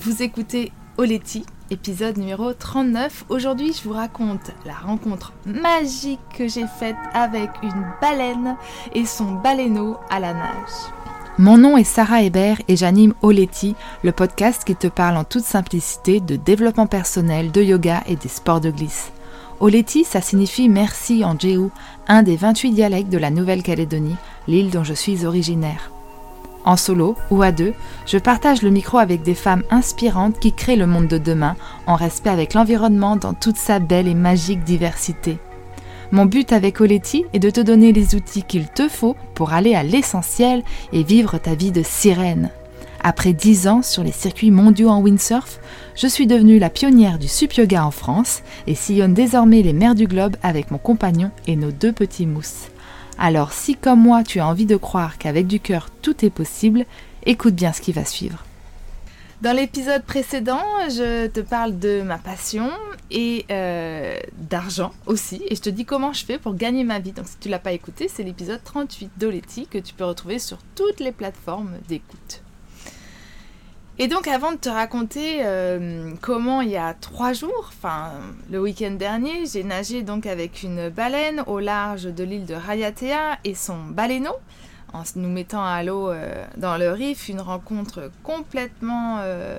Vous écoutez Oleti, épisode numéro 39. Aujourd'hui, je vous raconte la rencontre magique que j'ai faite avec une baleine et son baleineau à la nage. Mon nom est Sarah Hébert et j'anime Oleti, le podcast qui te parle en toute simplicité de développement personnel, de yoga et des sports de glisse. Oleti, ça signifie merci en Jéhu, un des 28 dialectes de la Nouvelle-Calédonie, l'île dont je suis originaire. En solo ou à deux, je partage le micro avec des femmes inspirantes qui créent le monde de demain en respect avec l'environnement dans toute sa belle et magique diversité. Mon but avec Oleti est de te donner les outils qu'il te faut pour aller à l'essentiel et vivre ta vie de sirène. Après 10 ans sur les circuits mondiaux en windsurf, je suis devenue la pionnière du sup yoga en France et sillonne désormais les mers du globe avec mon compagnon et nos 2 petits mousses. Alors si comme moi tu as envie de croire qu'avec du cœur tout est possible, écoute bien ce qui va suivre. Dans l'épisode précédent, je te parle de ma passion et d'argent aussi. Et je te dis comment je fais pour gagner ma vie. Donc si tu ne l'as pas écouté, c'est l'épisode 38 d'Oleti que tu peux retrouver sur toutes les plateformes d'écoute. Et donc avant de te raconter comment il y a 3 jours, le week-end dernier, j'ai nagé donc avec une baleine au large de l'île de Raiatea et son baleineau, en nous mettant à l'eau dans le Rif, une rencontre complètement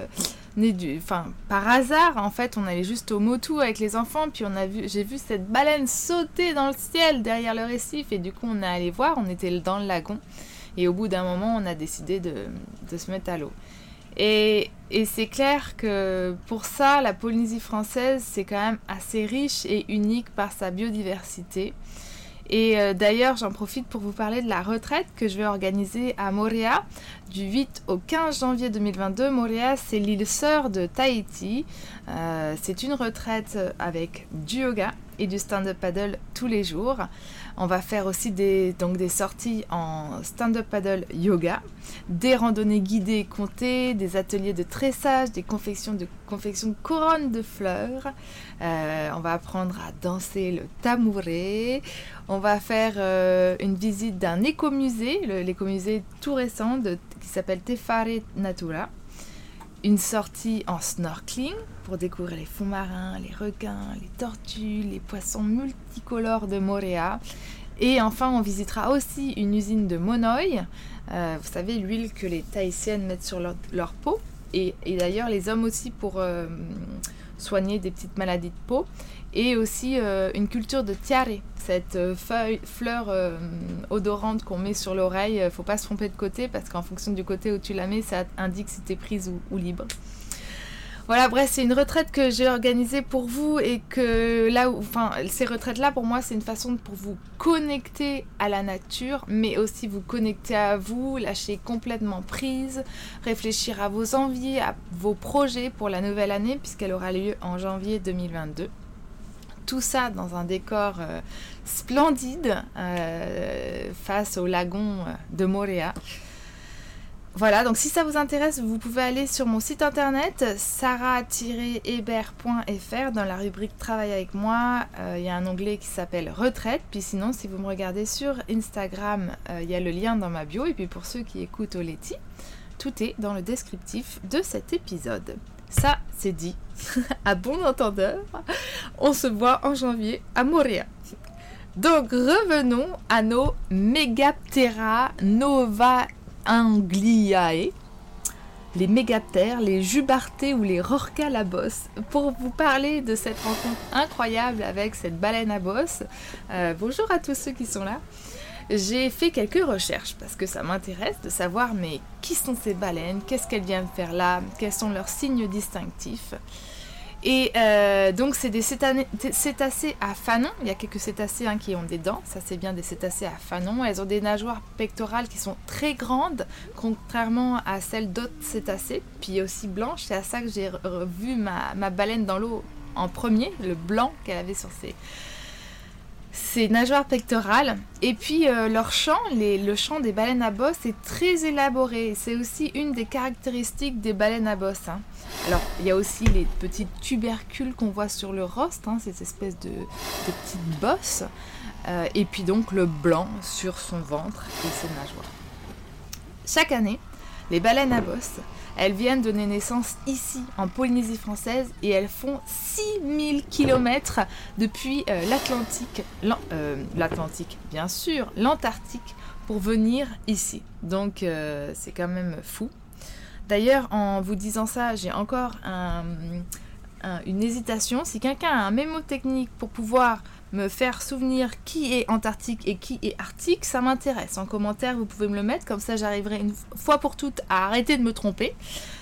par hasard. En fait, on allait juste au Motu avec les enfants, puis j'ai vu cette baleine sauter dans le ciel derrière le récif, et du coup on est allé voir, on était dans le lagon, et au bout d'un moment on a décidé de se mettre à l'eau. Et c'est clair que pour ça, la Polynésie française, c'est quand même assez riche et unique par sa biodiversité. Et d'ailleurs, j'en profite pour vous parler de la retraite que je vais organiser à Moorea du 8 au 15 janvier 2022. Moorea, c'est l'île sœur de Tahiti. C'est une retraite avec du yoga et du stand-up paddle tous les jours. On va faire aussi des sorties en stand-up paddle yoga, des randonnées guidées et comptées, des ateliers de tressage, des confections de couronnes de fleurs. On va apprendre à danser le tamouré. On va faire une visite d'un écomusée, l'écomusée tout récent qui s'appelle Te Whare Natura. Une sortie en snorkeling pour découvrir les fonds marins, les requins, les tortues, les poissons multicolores de Moorea. Et enfin, on visitera aussi une usine de Monoi. Vous savez, l'huile que les Tahitiennes mettent sur leur peau. Et d'ailleurs, les hommes aussi pour soigner des petites maladies de peau. Et aussi une culture de tiare, cette fleur odorante qu'on met sur l'oreille. Il ne faut pas se tromper de côté parce qu'en fonction du côté où tu la mets, ça indique si tu es prise ou libre. Voilà, bref, c'est une retraite que j'ai organisée pour vous et que ces retraites-là, pour moi, c'est une façon pour vous connecter à la nature, mais aussi vous connecter à vous, lâcher complètement prise, réfléchir à vos envies, à vos projets pour la nouvelle année, puisqu'elle aura lieu en janvier 2022. Tout ça dans un décor splendide face au lagon de Moorea. Voilà, donc si ça vous intéresse, vous pouvez aller sur mon site internet sarah-hébert.fr. Dans la rubrique Travail avec moi, il y a un onglet qui s'appelle Retraite. Puis sinon, si vous me regardez sur Instagram, il y a le lien dans ma bio. Et puis pour ceux qui écoutent Oleti, tout est dans le descriptif de cet épisode. Ça, c'est dit. À bon entendeur, on se voit en janvier à Moorea. Donc, revenons à nos Megaptera nova Angliae, les mégaptères, les jubartés ou les rorquals à bosse, pour vous parler de cette rencontre incroyable avec cette baleine à bosse. Bonjour à tous ceux qui sont là. J'ai fait quelques recherches parce que ça m'intéresse de savoir mais qui sont ces baleines, qu'est-ce qu'elles viennent faire là, quels sont leurs signes distinctifs. Et donc c'est des cétacés à fanon. Il y a quelques cétacés qui ont des dents, ça c'est bien des cétacés à fanon. Elles ont des nageoires pectorales qui sont très grandes, contrairement à celles d'autres cétacés, puis aussi blanches. C'est à ça que j'ai vu ma baleine dans l'eau en premier, le blanc qu'elle avait sur ses nageoires pectorales. Et puis leur chant, le chant des baleines à bosse est très élaboré. C'est aussi une des caractéristiques des baleines à bosse. Alors, il y a aussi les petites tubercules qu'on voit sur le rostre, ces espèces de petites bosses. Et puis donc le blanc sur son ventre et ses nageoires. Chaque année, Les baleines à bosse, elles viennent donner naissance ici, en Polynésie française, et elles font 6000 km depuis l'Atlantique, bien sûr, l'Antarctique, pour venir ici. Donc c'est quand même fou. D'ailleurs, en vous disant ça, j'ai encore une hésitation. Si quelqu'un a un mémotechnique pour pouvoir me faire souvenir qui est Antarctique et qui est Arctique, ça m'intéresse. En commentaire, vous pouvez me le mettre, comme ça j'arriverai une fois pour toutes à arrêter de me tromper.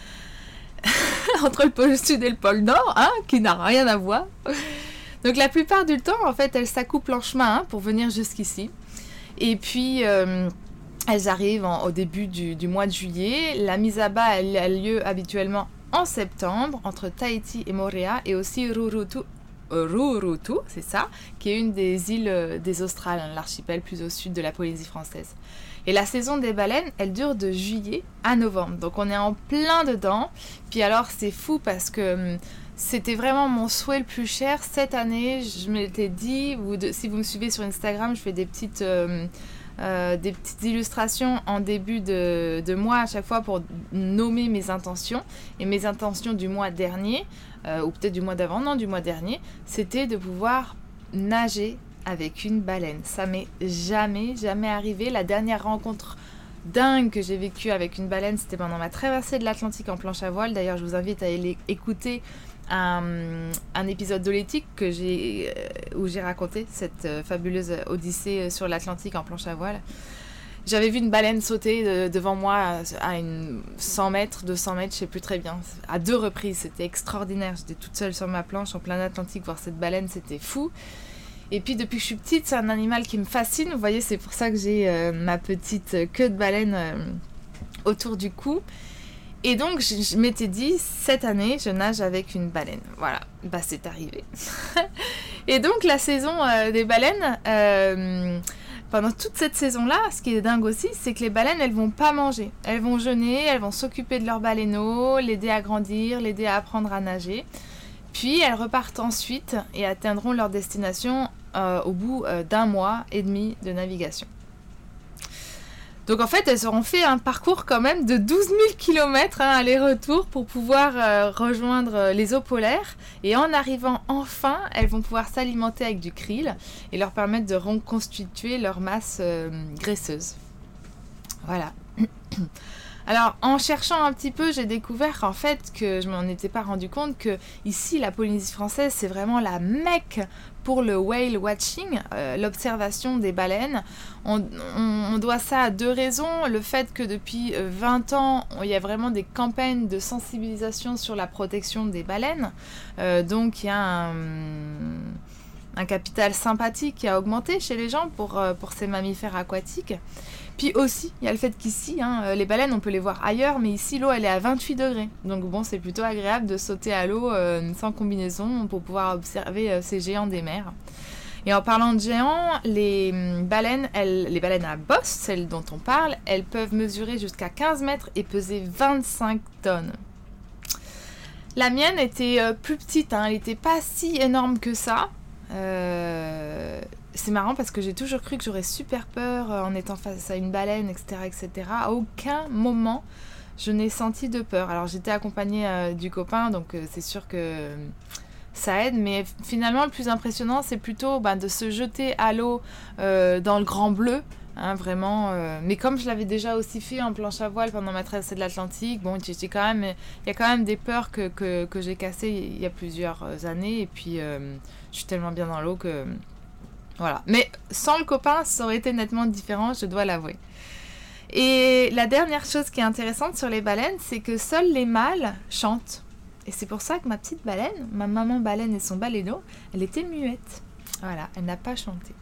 Entre le pôle sud et le pôle nord, hein, qui n'a rien à voir. Donc la plupart du temps, en fait, elles s'accouplent en chemin pour venir jusqu'ici. Et puis, elles arrivent au début du mois de juillet. La mise à bas, elle a lieu habituellement en septembre, entre Tahiti et Moorea, et aussi Rurutu, c'est ça, qui est une des îles des Australes, l'archipel plus au sud de la Polynésie française. Et la saison des baleines, elle dure de juillet à novembre. Donc on est en plein dedans. Puis alors c'est fou parce que c'était vraiment mon souhait le plus cher cette année. Je m'étais dit, si vous me suivez sur Instagram, je fais des petites illustrations en début de mois à chaque fois pour nommer mes intentions. Et mes intentions du mois dernier, ou peut-être du mois d'avant, non, du mois dernier, c'était de pouvoir nager avec une baleine. Ça m'est jamais arrivé. La dernière rencontre dingue que j'ai vécue avec une baleine, c'était pendant ma traversée de l'Atlantique en planche à voile. D'ailleurs, je vous invite à aller écouter un épisode d'Olétique où j'ai raconté cette fabuleuse odyssée sur l'Atlantique en planche à voile. J'avais vu une baleine sauter devant moi à 100 mètres, 200 mètres, je sais plus très bien. À 2 reprises, c'était extraordinaire. J'étais toute seule sur ma planche en plein Atlantique, voir cette baleine, c'était fou. Et puis depuis que je suis petite, c'est un animal qui me fascine. Vous voyez, c'est pour ça que j'ai ma petite queue de baleine autour du cou. Et donc je m'étais dit, cette année, je nage avec une baleine. Voilà, bah c'est arrivé. Et donc la saison des baleines, pendant toute cette saison-là, ce qui est dingue aussi, c'est que les baleines, elles vont pas manger. Elles vont jeûner, elles vont s'occuper de leur baleineau, l'aider à grandir, l'aider à apprendre à nager. Puis elles repartent ensuite et atteindront leur destination au bout d'1 mois et demi de navigation. Donc en fait, elles auront fait un parcours quand même de 12 000 km aller-retour pour pouvoir rejoindre les eaux polaires. Et en arrivant enfin, elles vont pouvoir s'alimenter avec du krill et leur permettre de reconstituer leur masse graisseuse. Voilà. Alors, en cherchant un petit peu, j'ai découvert en fait que je m'en étais pas rendu compte que ici, la Polynésie française, c'est vraiment la Mecque pour le whale watching, l'observation des baleines. On doit ça à 2 raisons. Le fait que depuis 20 ans, il y a vraiment des campagnes de sensibilisation sur la protection des baleines. Donc, il y a un capital sympathique qui a augmenté chez les gens pour ces mammifères aquatiques. Puis aussi, il y a le fait qu'ici, les baleines, on peut les voir ailleurs, mais ici, l'eau, elle est à 28 degrés. Donc bon, c'est plutôt agréable de sauter à l'eau sans combinaison pour pouvoir observer ces géants des mers. Et en parlant de géants, les baleines à bosse, celles dont on parle, elles peuvent mesurer jusqu'à 15 mètres et peser 25 tonnes. La mienne était plus petite, elle n'était pas si énorme que ça. C'est marrant parce que j'ai toujours cru que j'aurais super peur en étant face à une baleine, etc., etc. À aucun moment, je n'ai senti de peur. Alors, j'étais accompagnée du copain, donc c'est sûr que ça aide. Mais finalement, le plus impressionnant, c'est plutôt de se jeter à l'eau dans le grand bleu. Vraiment. Mais comme je l'avais déjà aussi fait en planche à voile pendant ma traversée de l'Atlantique, bon, il y a quand même des peurs que j'ai cassées il y a plusieurs années. Et puis, je suis tellement bien dans l'eau que... Voilà. Mais sans le copain, ça aurait été nettement différent, je dois l'avouer. Et la dernière chose qui est intéressante sur les baleines, c'est que seuls les mâles chantent. Et c'est pour ça que ma petite baleine, ma maman baleine et son baleineau, elle était muette. Voilà, elle n'a pas chanté.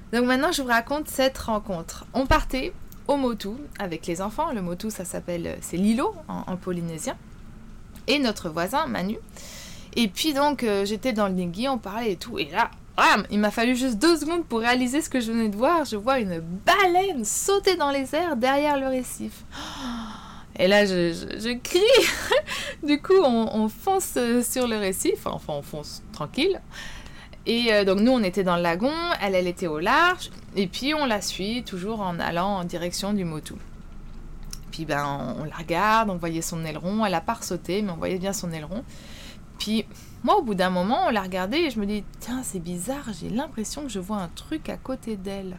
Donc maintenant, je vous raconte cette rencontre. On partait au Motu avec les enfants. Le Motu, c'est l'îlot en polynésien. Et notre voisin, Manu. Et puis donc, j'étais dans le dinghy, on parlait et tout. Et là, bam, il m'a fallu juste 2 secondes pour réaliser ce que je venais de voir. Je vois une baleine sauter dans les airs derrière le récif. Et là, je crie. Du coup, on fonce sur le récif. Enfin, on fonce tranquille. Et donc, nous, on était dans le lagon. Elle était au large. Et puis, on la suit toujours en allant en direction du Motu. Puis, on la regarde. On voyait son aileron. Elle n'a pas ressauté, mais on voyait bien son aileron. Puis, moi, au bout d'un moment, on l'a regardée et je me dis, tiens, c'est bizarre. J'ai l'impression que je vois un truc à côté d'elle.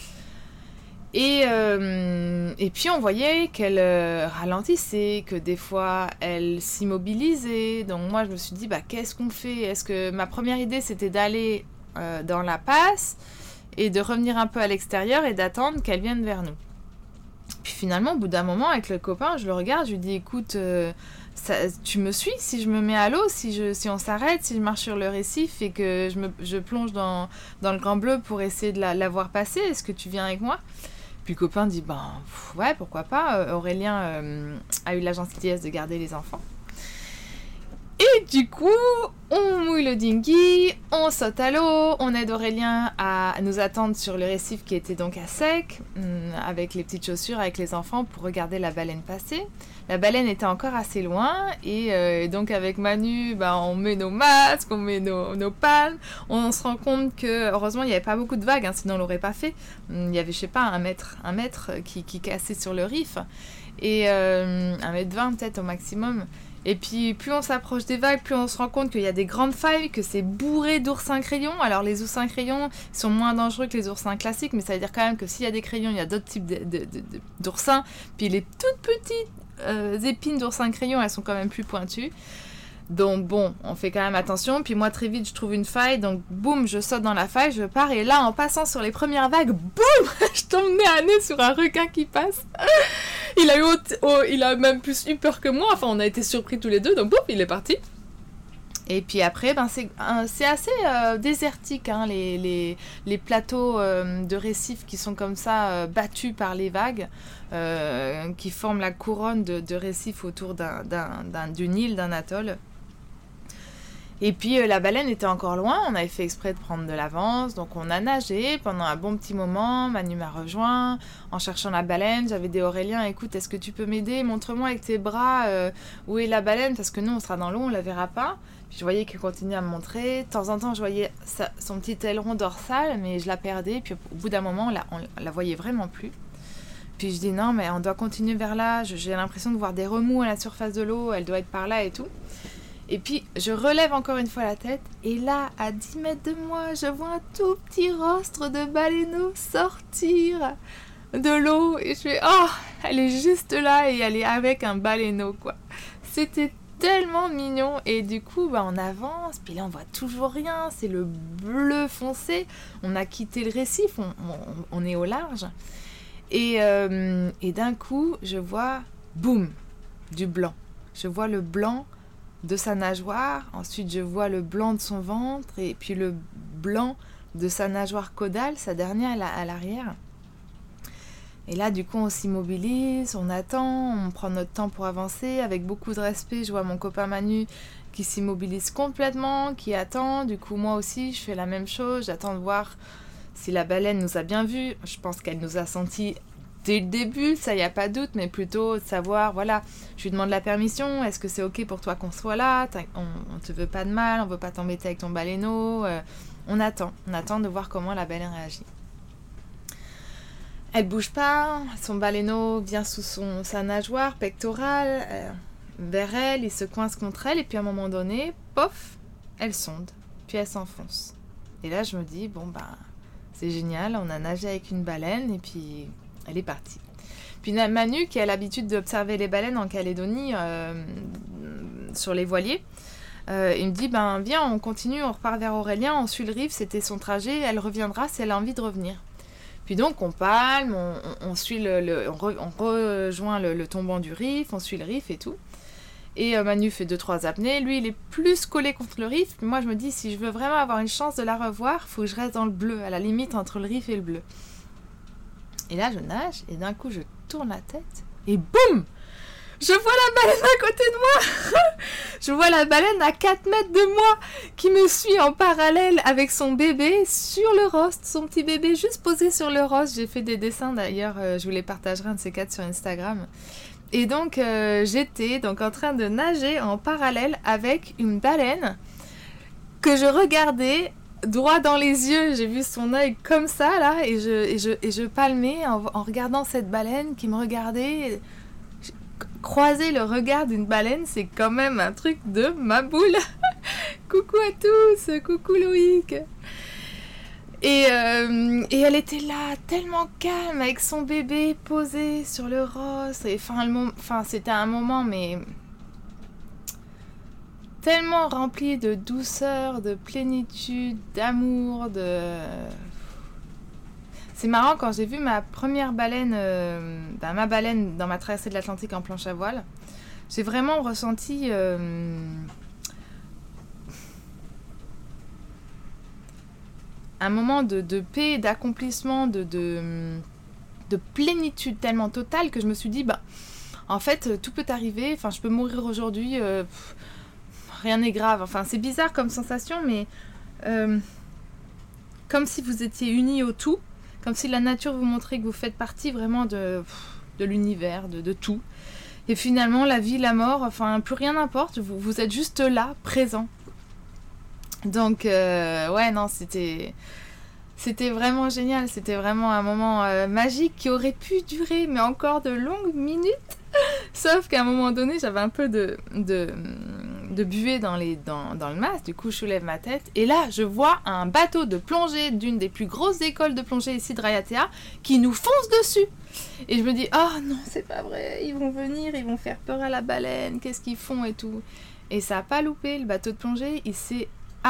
Et puis on voyait qu'elle ralentissait, que des fois elle s'immobilisait. Donc moi je me suis dit, qu'est-ce qu'on fait? Est-ce que ma première idée c'était d'aller dans la passe et de revenir un peu à l'extérieur et d'attendre qu'elle vienne vers nous. Puis finalement au bout d'un moment avec le copain je le regarde, je lui dis écoute, tu me suis si je me mets à l'eau, si on s'arrête, si je marche sur le récif et que je plonge dans le Grand Bleu pour essayer de la voir passer, est-ce que tu viens avec moi? Puis le copain dit, ouais, pourquoi pas. Aurélien a eu la gentillesse de garder les enfants. Et du coup, on mouille le dinghy, on saute à l'eau, on aide Aurélien à nous attendre sur le récif qui était donc à sec, avec les petites chaussures, avec les enfants pour regarder la baleine passer. La baleine était encore assez loin et donc avec Manu, on met nos masques, on met nos palmes. On se rend compte que, heureusement, il n'y avait pas beaucoup de vagues, sinon on ne l'aurait pas fait. Il y avait, je sais pas, un mètre qui cassait sur le riff et 1,20 m peut-être au maximum. Et puis plus on s'approche des vagues, plus on se rend compte qu'il y a des grandes failles, que c'est bourré d'oursins crayons. Alors les oursins crayons sont moins dangereux que les oursins classiques, mais ça veut dire quand même que s'il y a des crayons, il y a d'autres types d'oursins. Puis les toutes petites épines d'oursins crayons, elles sont quand même plus pointues. Donc bon, on fait quand même attention. Puis moi très vite je trouve une faille, donc boum, je saute dans la faille, je pars. Et là en passant sur les premières vagues, boum, je tombe nez à nez sur un requin qui passe. Il a même plus eu peur que moi. Enfin, on a été surpris tous les deux. Donc, boum, il est parti. Et puis après, c'est assez désertique, les plateaux de récifs qui sont comme ça, battus par les vagues, qui forment la couronne de récifs autour d'une île, d'un atoll. Et puis la baleine était encore loin, on avait fait exprès de prendre de l'avance, donc on a nagé pendant un bon petit moment, Manu m'a rejoint en cherchant la baleine, j'avais dit à Aurélien, écoute, est-ce que tu peux m'aider, montre-moi avec tes bras où est la baleine, parce que nous on sera dans l'eau, on la verra pas. Puis je voyais qu'il continuait à me montrer, de temps en temps je voyais son petit aileron dorsal, mais je la perdais, puis au bout d'un moment on la voyait vraiment plus. Puis je dis non mais on doit continuer vers là, j'ai l'impression de voir des remous à la surface de l'eau, elle doit être par là et tout. Et puis, je relève encore une fois la tête, et là, à 10 mètres de moi, je vois un tout petit rostre de baleineau sortir de l'eau. Et je fais, oh, elle est juste là, et elle est avec un baleineau, quoi. C'était tellement mignon. Et du coup, on avance, puis là, on voit toujours rien. C'est le bleu foncé. On a quitté le récif, on est au large. Et d'un coup, je vois, boum, du blanc. Je vois le blanc de sa nageoire, ensuite je vois le blanc de son ventre et puis le blanc de sa nageoire caudale, sa dernière à l'arrière. Et là du coup on s'immobilise, on attend, on prend notre temps pour avancer avec beaucoup de respect. Je vois mon copain Manu qui s'immobilise complètement, qui attend. Du coup moi aussi je fais la même chose, j'attends de voir si la baleine nous a bien vus. Je pense qu'elle nous a sentis dès le début, ça y a pas de doute, mais plutôt de savoir, voilà, je lui demande la permission, est-ce que c'est ok pour toi qu'on soit là, on te veut pas de mal, on veut pas t'embêter avec ton baleineau, on attend de voir comment la baleine réagit. Elle bouge pas, son baleineau vient sous sa nageoire pectorale, vers elle, il se coince contre elle, et puis à un moment donné, pof, elle sonde, puis elle s'enfonce. Et là je me dis, c'est génial, on a nagé avec une baleine, et puis elle est partie. Puis Manu, qui a l'habitude d'observer les baleines en Calédonie, sur les voiliers, il me dit, viens, on continue, on repart vers Aurélien, on suit le riff, c'était son trajet, elle reviendra si elle a envie de revenir. Puis donc on palme, on suit on rejoint le tombant du riff, on suit le riff et tout. Et Manu fait 2-3 apnées. Lui, il est plus collé contre le riff. Moi, je me dis, si je veux vraiment avoir une chance de la revoir, faut que je reste dans le bleu, à la limite entre le riff et le bleu. Et là, je nage, et d'un coup, je tourne la tête, et boum! Je vois la baleine à côté de moi. Je vois la baleine à 4 mètres de moi qui me suit en parallèle avec son bébé sur le rost. Son petit bébé juste posé sur le rost. J'ai fait des dessins d'ailleurs, je vous les partagerai un de ces 4 sur Instagram. Et donc j'étais donc en train de nager en parallèle avec une baleine que je regardais droit dans les yeux. J'ai vu son œil comme ça là et je palmais en regardant cette baleine qui me regardait. Croiser le regard d'une baleine, c'est quand même un truc de ma boule. Coucou à tous, coucou Loïc. Et elle était là, tellement calme, avec son bébé posé sur le rost. Et c'était un moment, mais tellement rempli de douceur, de plénitude, d'amour, C'est marrant, quand j'ai vu ma première baleine, ma baleine dans ma traversée de l'Atlantique en planche à voile, j'ai vraiment ressenti un moment de paix, d'accomplissement, de plénitude tellement totale que je me suis dit, en fait, tout peut arriver, je peux mourir aujourd'hui, rien n'est grave. Enfin, c'est bizarre comme sensation, mais comme si vous étiez unis au tout. Comme si la nature vous montrait que vous faites partie vraiment de l'univers, de tout. Et finalement, la vie, la mort, plus rien n'importe. Vous êtes juste là, présent. Donc, c'était vraiment génial. C'était vraiment un moment magique qui aurait pu durer, mais encore de longues minutes. Sauf qu'à un moment donné, j'avais un peu de buée dans le mas. Du coup, je soulève ma tête. Et là, je vois un bateau de plongée d'une des plus grosses écoles de plongée ici de Raiatea qui nous fonce dessus. Et je me dis, oh non, c'est pas vrai. Ils vont venir, ils vont faire peur à la baleine. Qu'est-ce qu'ils font et tout. Et ça n'a pas loupé. Le bateau de plongée, il s'est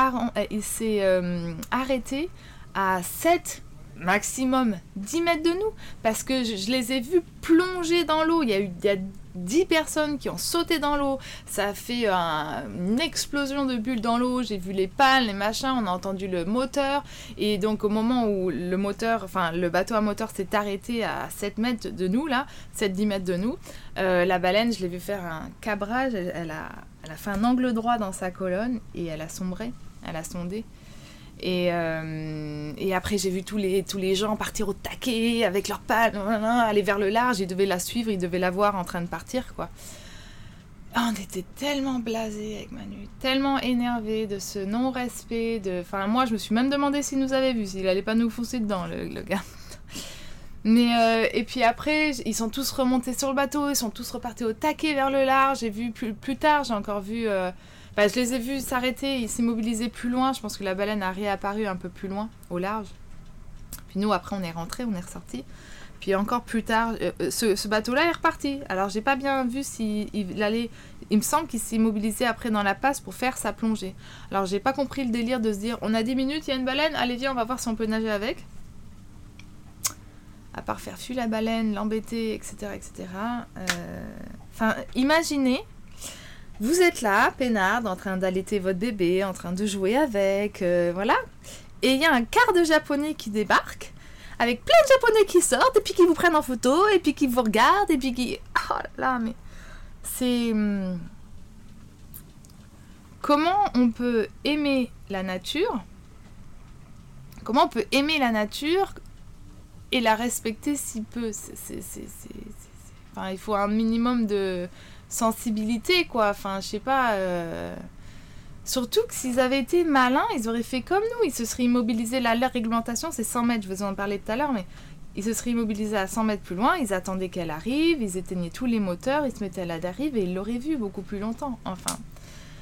arrêté à 7 maximum 10 mètres de nous, parce que je les ai vus plonger dans l'eau. Il y a 10 personnes qui ont sauté dans l'eau, ça a fait une explosion de bulles dans l'eau, j'ai vu les pales, les machins, on a entendu le moteur, et donc au moment où le bateau à moteur s'est arrêté à 7 mètres de nous, là, 7-10 mètres de nous, la baleine, je l'ai vu faire un cabrage, elle a fait un angle droit dans sa colonne, et elle a sombré, elle a sondé. Et après, j'ai vu tous les gens partir au taquet avec leurs pales, aller vers le large. Ils devaient la suivre, ils devaient la voir en train de partir, quoi. On était tellement blasés avec Manu, tellement énervés de ce non-respect. Moi, je me suis même demandé s'il nous avait vus, s'il allait pas nous foncer dedans, le gars. Mais et puis après, ils sont tous remontés sur le bateau, ils sont tous repartis au taquet vers le large. J'ai vu plus tard, j'ai encore vu... je les ai vus s'arrêter, ils s'immobilisaient plus loin. Je pense que la baleine a réapparu un peu plus loin, au large. Puis nous, après, on est rentrés, on est ressortis. Puis encore plus tard, ce bateau-là est reparti. Alors, j'ai pas bien vu s'il allait... Il me semble qu'il s'est immobilisé après dans la passe pour faire sa plongée. Alors, j'ai pas compris le délire de se dire, on a 10 minutes, il y a une baleine, allez viens, on va voir si on peut nager avec. À part faire fuir la baleine, l'embêter, etc., etc. Imaginez... Vous êtes là, peinarde, en train d'allaiter votre bébé, en train de jouer avec, voilà. Et il y a un quart de Japonais qui débarque, avec plein de Japonais qui sortent, et puis qui vous prennent en photo, et puis qui vous regardent, et puis qui... Oh là là, mais... C'est... Comment on peut aimer la nature? Comment on peut aimer la nature et la respecter si peu? Il faut un minimum de... sensibilité, quoi. Je sais pas... Surtout que s'ils avaient été malins, ils auraient fait comme nous. Ils se seraient immobilisés. La réglementation, c'est 100 mètres. Je vous en parlais tout à l'heure, mais ils se seraient immobilisés à 100 mètres plus loin. Ils attendaient qu'elle arrive. Ils éteignaient tous les moteurs. Ils se mettaient à la dérive et ils l'auraient vue beaucoup plus longtemps. Enfin,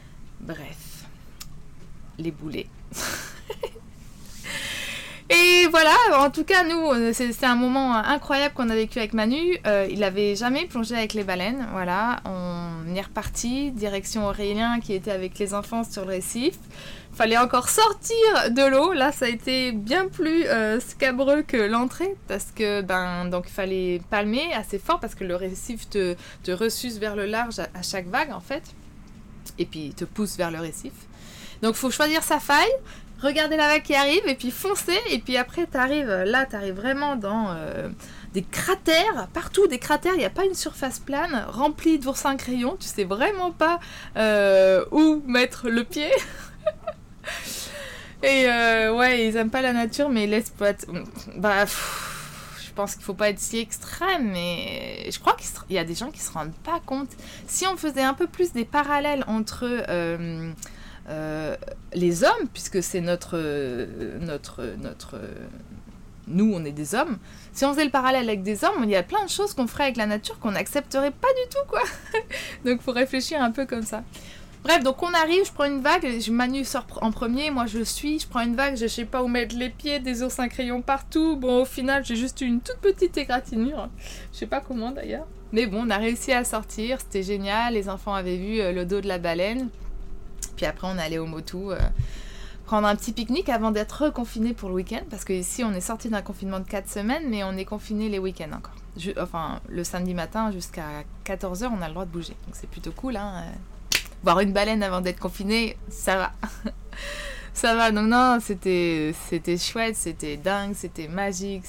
bref. Les boulets. Et voilà, en tout cas, nous, c'est un moment incroyable qu'on a vécu avec Manu. Il n'avait jamais plongé avec les baleines. Voilà, on est reparti, direction Aurélien qui était avec les enfants sur le récif. Fallait encore sortir de l'eau. Là, ça a été bien plus scabreux que l'entrée parce que donc il fallait palmer assez fort parce que le récif te ressuce vers le large à chaque vague en fait, et puis te pousse vers le récif. Donc, faut choisir sa faille, regarder la vague qui arrive et puis foncer. Et puis après, t'arrives vraiment dans des cratères, partout des cratères. Il n'y a pas une surface plane remplie d'oursins crayons. Tu sais vraiment pas où mettre le pied. Et ouais, ils aiment pas la nature, mais ils laissent pas. Je pense qu'il faut pas être si extrême, mais je crois qu'il y a des gens qui se rendent pas compte. Si on faisait un peu plus des parallèles entre les hommes, puisque c'est nous, on est des hommes. Si on faisait le parallèle avec des hommes, il y a plein de choses qu'on ferait avec la nature qu'on n'accepterait pas du tout, quoi. Donc, faut réfléchir un peu comme ça. Bref, donc on arrive, je prends une vague, Manu sort en premier, moi je prends une vague, je sais pas où mettre les pieds, des oursins crayons partout. Bon, au final, j'ai juste eu une toute petite égratignure. Je sais pas comment d'ailleurs. Mais bon, on a réussi à sortir, c'était génial. Les enfants avaient vu le dos de la baleine. Puis après, on est allé au Motu prendre un petit pique-nique avant d'être reconfiné pour le week-end. Parce que ici, on est sorti d'un confinement de 4 semaines, mais on est confiné les week-ends encore. Le samedi matin jusqu'à 14h, on a le droit de bouger. Donc c'est plutôt cool, hein. Voir une baleine avant d'être confiné, ça va. Ça va. Donc non, c'était chouette, c'était dingue, c'était magique,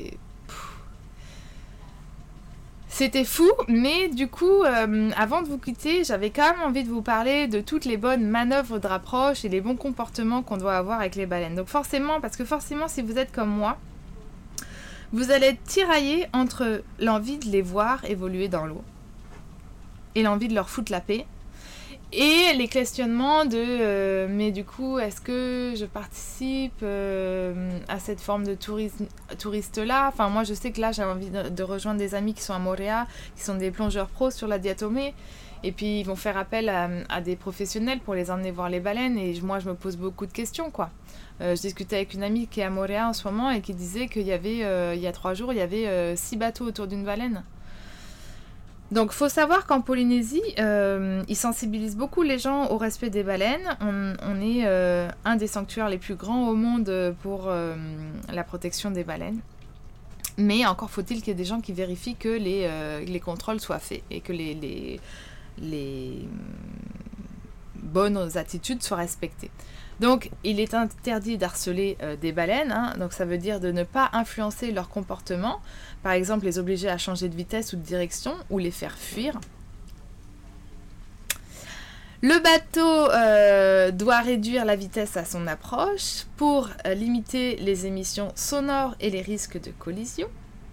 C'était fou, mais du coup, avant de vous quitter, j'avais quand même envie de vous parler de toutes les bonnes manœuvres de rapproche et les bons comportements qu'on doit avoir avec les baleines. Donc forcément, si vous êtes comme moi, vous allez être tiraillé entre l'envie de les voir évoluer dans l'eau et l'envie de leur foutre la paix. Et les questionnements de mais du coup, est-ce que je participe à cette forme de touriste-là? Enfin, moi, je sais que là, j'ai envie de rejoindre des amis qui sont à Moréa, qui sont des plongeurs pros sur la Diatomée. Et puis, ils vont faire appel à des professionnels pour les emmener voir les baleines. Et moi, je me pose beaucoup de questions, quoi. Je discutais avec une amie qui est à Moréa en ce moment et qui disait qu'il y avait, il y a 3 jours, il y avait 6 bateaux autour d'une baleine. Donc, faut savoir qu'en Polynésie, ils sensibilisent beaucoup les gens au respect des baleines. On est un des sanctuaires les plus grands au monde pour la protection des baleines. Mais encore faut-il qu'il y ait des gens qui vérifient que les contrôles soient faits et que les bonnes attitudes soient respectées. Donc, il est interdit d'harceler des baleines, hein, donc ça veut dire de ne pas influencer leur comportement, par exemple les obliger à changer de vitesse ou de direction, ou les faire fuir. Le bateau doit réduire la vitesse à son approche pour limiter les émissions sonores et les risques de collision.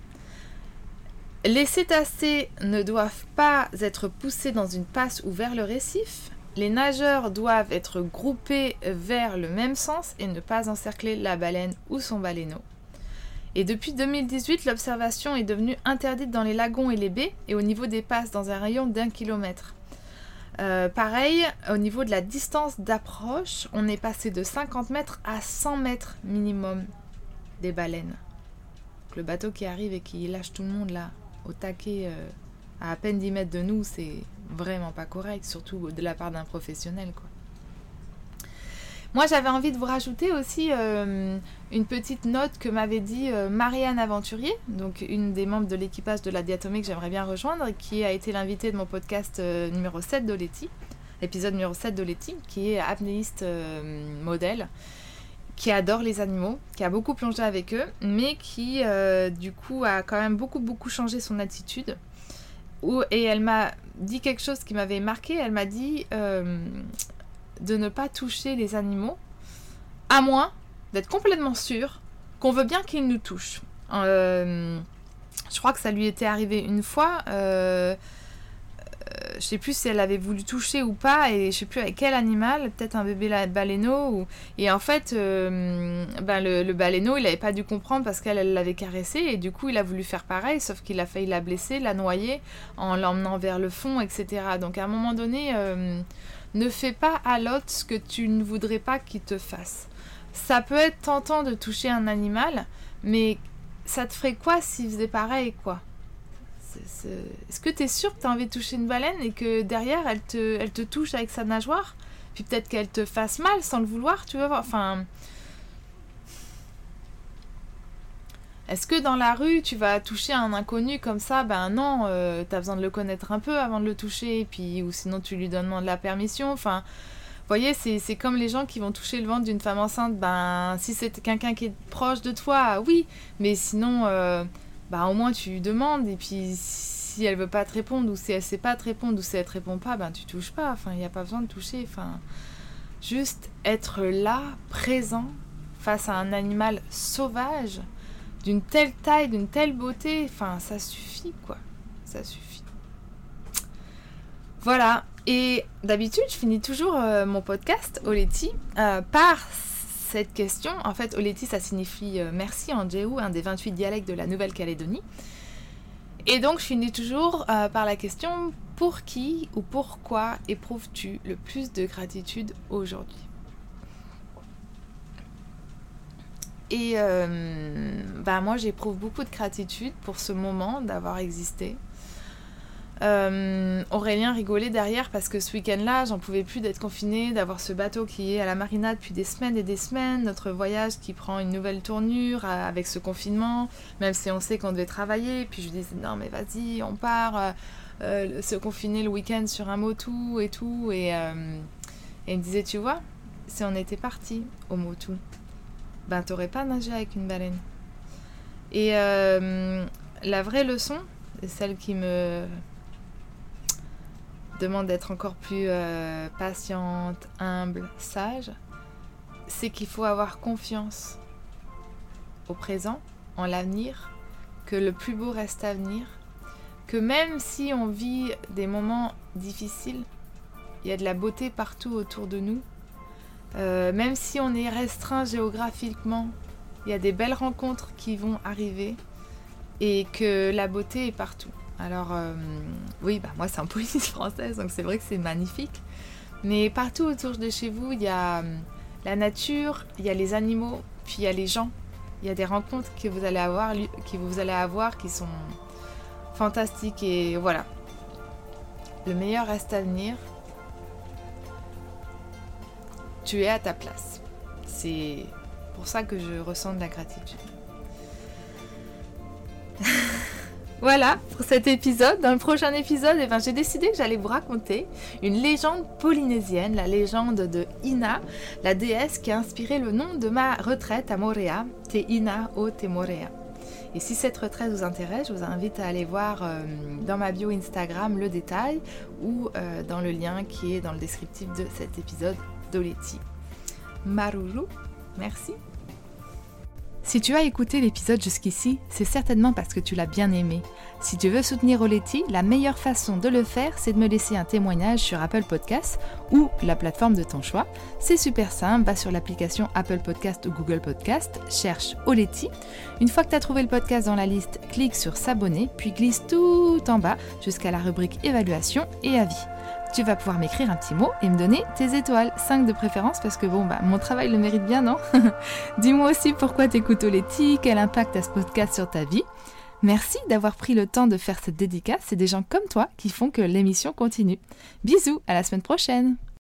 Les cétacés ne doivent pas être poussés dans une passe ou vers le récif. Les nageurs doivent être groupés vers le même sens et ne pas encercler la baleine ou son baleineau. Et depuis 2018, l'observation est devenue interdite dans les lagons et les baies et au niveau des passes dans un rayon d'1 kilomètre. Pareil, au niveau de la distance d'approche, on est passé de 50 mètres à 100 mètres minimum des baleines. Donc, le bateau qui arrive et qui lâche tout le monde là, au taquet, à peine 10 mètres de nous, c'est vraiment pas correct, surtout de la part d'un professionnel, quoi. Moi, j'avais envie de vous rajouter aussi une petite note que m'avait dit Marianne Aventurier, donc une des membres de l'équipage de la Diatomée que j'aimerais bien rejoindre, qui a été l'invitée de mon podcast numéro 7 d'Oleti, l'épisode numéro 7 d'Oleti, qui est apnéiste modèle, qui adore les animaux, qui a beaucoup plongé avec eux, mais qui, du coup, a quand même beaucoup changé son attitude. Et elle m'a dit quelque chose qui m'avait marqué. Elle m'a dit de ne pas toucher les animaux, à moins d'être complètement sûre qu'on veut bien qu'ils nous touchent. Je crois que ça lui était arrivé une fois. Je sais plus si elle avait voulu toucher ou pas, et je sais plus avec quel animal, peut-être un bébé baleineau. Et en fait, le baleineau, il n'avait pas dû comprendre parce qu'elle l'avait caressé, et du coup, il a voulu faire pareil, sauf qu'il a failli la blesser, la noyer, en l'emmenant vers le fond, etc. Donc à un moment donné, ne fais pas à l'autre ce que tu ne voudrais pas qu'il te fasse. Ça peut être tentant de toucher un animal, Mais ça te ferait quoi s'il faisait pareil, quoi? Est-ce que t'es sûr que t'as envie de toucher une baleine et que derrière, elle te touche avec sa nageoire? Puis peut-être qu'elle te fasse mal sans le vouloir, tu vois? Enfin... Est-ce que dans la rue, tu vas toucher un inconnu comme ça? Ben non, t'as besoin de le connaître un peu avant de le toucher, puis, ou sinon tu lui demandes la permission. Enfin, vous voyez, c'est comme les gens qui vont toucher le ventre d'une femme enceinte. Ben, si c'est quelqu'un qui est proche de toi, oui, mais sinon, ben, au moins tu lui demandes, et puis si elle veut pas te répondre, ou si elle sait pas te répondre, ou si elle te répond pas, ben tu touches pas. Enfin, il n'y a pas besoin de toucher. Enfin, juste être là, présent, face à un animal sauvage, d'une telle taille, d'une telle beauté, enfin, ça suffit, quoi. Ça suffit. Voilà. Et d'habitude, je finis toujours mon podcast, Oleti, par cette question. En fait, Oleti, ça signifie merci en Jéhu, un des 28 dialectes de la Nouvelle-Calédonie. Et donc, je finis toujours par la question, pour qui ou pourquoi éprouves-tu le plus de gratitude aujourd'hui? Et moi, j'éprouve beaucoup de gratitude pour ce moment d'avoir existé. Aurélien rigolait derrière parce que ce week-end-là, j'en pouvais plus d'être confinée, d'avoir ce bateau qui est à la marina depuis des semaines et des semaines, notre voyage qui prend une nouvelle tournure avec ce confinement, même si on sait qu'on devait travailler. Puis je lui disais non mais vas-y, on part se confiner le week-end sur un Motu et tout. Et il me disait tu vois, si on était parti au Motu, ben t'aurais pas nagé avec une baleine. Et la vraie leçon, et celle qui me demande d'être encore plus patiente, humble, sage, c'est qu'il faut avoir confiance au présent, en l'avenir, que le plus beau reste à venir, que même si on vit des moments difficiles, il y a de la beauté partout autour de nous. Même si on est restreint géographiquement, il y a des belles rencontres qui vont arriver et que la beauté est partout. Alors, oui, moi c'est en Polynésie française, donc c'est vrai que c'est magnifique. Mais partout autour de chez vous, il y a la nature, il y a les animaux, puis il y a les gens. Il y a des rencontres que vous allez avoir qui sont fantastiques. Et voilà, le meilleur reste à venir. Tu es à ta place. C'est pour ça que je ressens de la gratitude. Voilà pour cet épisode. Dans le prochain épisode, j'ai décidé que j'allais vous raconter une légende polynésienne, la légende de Ina, la déesse qui a inspiré le nom de ma retraite à Moorea, Te Ina o Te Moorea. Et si cette retraite vous intéresse, je vous invite à aller voir dans ma bio Instagram le détail ou dans le lien qui est dans le descriptif de cet épisode d'Oleti. Maruru, merci. Si tu as écouté l'épisode jusqu'ici, c'est certainement parce que tu l'as bien aimé. Si tu veux soutenir Oleti, la meilleure façon de le faire, c'est de me laisser un témoignage sur Apple Podcasts ou la plateforme de ton choix. C'est super simple, va sur l'application Apple Podcast ou Google Podcast, cherche Oleti. Une fois que tu as trouvé le podcast dans la liste, clique sur s'abonner, puis glisse tout en bas jusqu'à la rubrique évaluation et avis. Tu vas pouvoir m'écrire un petit mot et me donner tes étoiles, 5 de préférence, parce que mon travail le mérite bien, non? Dis-moi aussi pourquoi t'écoutes Oleti, quel impact a ce podcast sur ta vie. Merci d'avoir pris le temps de faire cette dédicace, c'est des gens comme toi qui font que l'émission continue. Bisous, à la semaine prochaine!